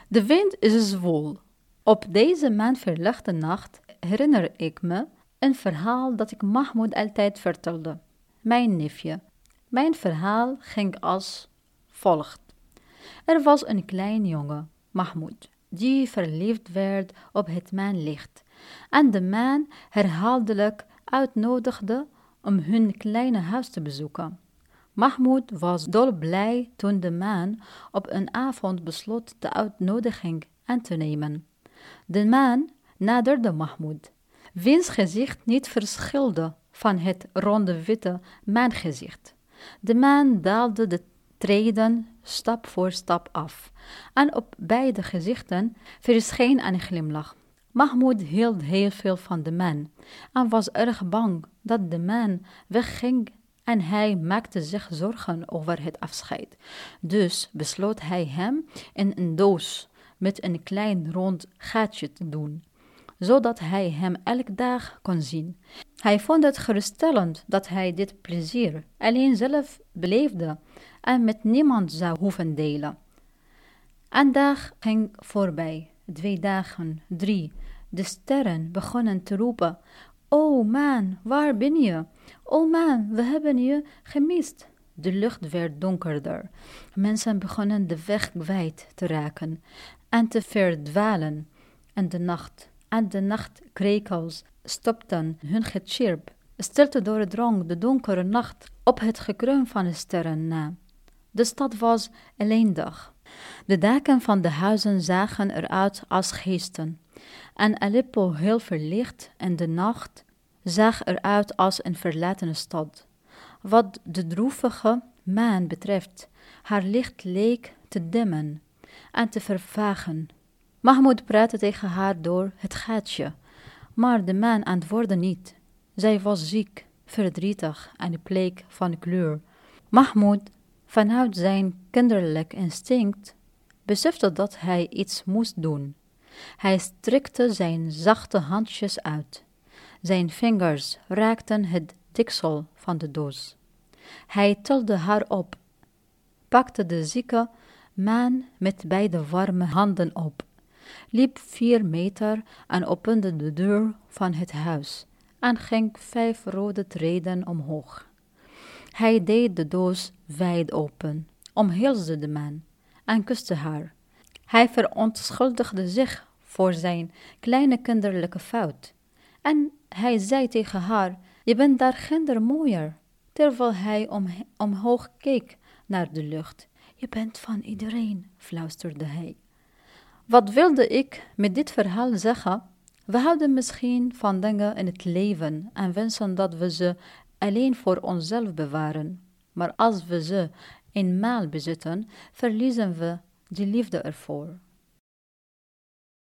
De wind is zwoel. Op deze maanverlichte nacht herinner ik me een verhaal dat ik Mahmoud altijd vertelde, mijn neefje. Mijn verhaal ging als volgt. Er was een klein jongen, Mahmoud, die verliefd werd op het maanlicht en de maan herhaaldelijk uitnodigde om hun kleine huis te bezoeken. Mahmoud was dolblij toen de maan op een avond besloot de uitnodiging aan te nemen. De maan naderde Mahmoud, wiens gezicht niet verschilde van het ronde witte maangezicht. De maan daalde de treden stap voor stap af en op beide gezichten verscheen een glimlach. Mahmoud hield heel veel van de maan en was erg bang dat de maan wegging en hij maakte zich zorgen over het afscheid. Dus besloot hij hem in een doos met een klein rond gaatje te doen, zodat hij hem elke dag kon zien. Hij vond het geruststellend dat hij dit plezier alleen zelf beleefde en met niemand zou hoeven delen. Een dag ging voorbij, 2 dagen, 3. De sterren begonnen te roepen: "O maan, waar ben je? O maan, we hebben je gemist." De lucht werd donkerder. Mensen begonnen de weg kwijt te raken en te verdwalen. En de nachtkrekels stopten hun getjirp. Stilte doordrong de donkere nacht op het gekreun van de sterren na. De stad was ellendig. De daken van de huizen zagen eruit als geesten. En Aleppo, heel verlicht in de nacht, zag eruit als een verlatene stad. Wat de droevige maan betreft, haar licht leek te dimmen en te vervagen. Mahmoud praatte tegen haar door het gaatje, maar de maan antwoordde niet. Zij was ziek, verdrietig en bleek van kleur. Mahmoud, vanuit zijn kinderlijk instinct, besefte dat hij iets moest doen. Hij strekte zijn zachte handjes uit. Zijn vingers raakten het deksel van de doos. Hij tilde haar op, pakte de zieke maan met beide warme handen op, liep 4 meter en opende de deur van het huis en ging 5 rode treden omhoog. Hij deed de doos wijd open, omhelsde de maan en kuste haar. Hij verontschuldigde zich voor zijn kleine kinderlijke fout. En hij zei tegen haar: "Je bent daar ginder mooier," terwijl hij omhoog keek naar de lucht. "Je bent van iedereen," fluisterde hij. Wat wilde ik met dit verhaal zeggen? We houden misschien van dingen in het leven en wensen dat we ze alleen voor onszelf bewaren. Maar als we ze eenmaal bezitten, verliezen we die liefde ervoor.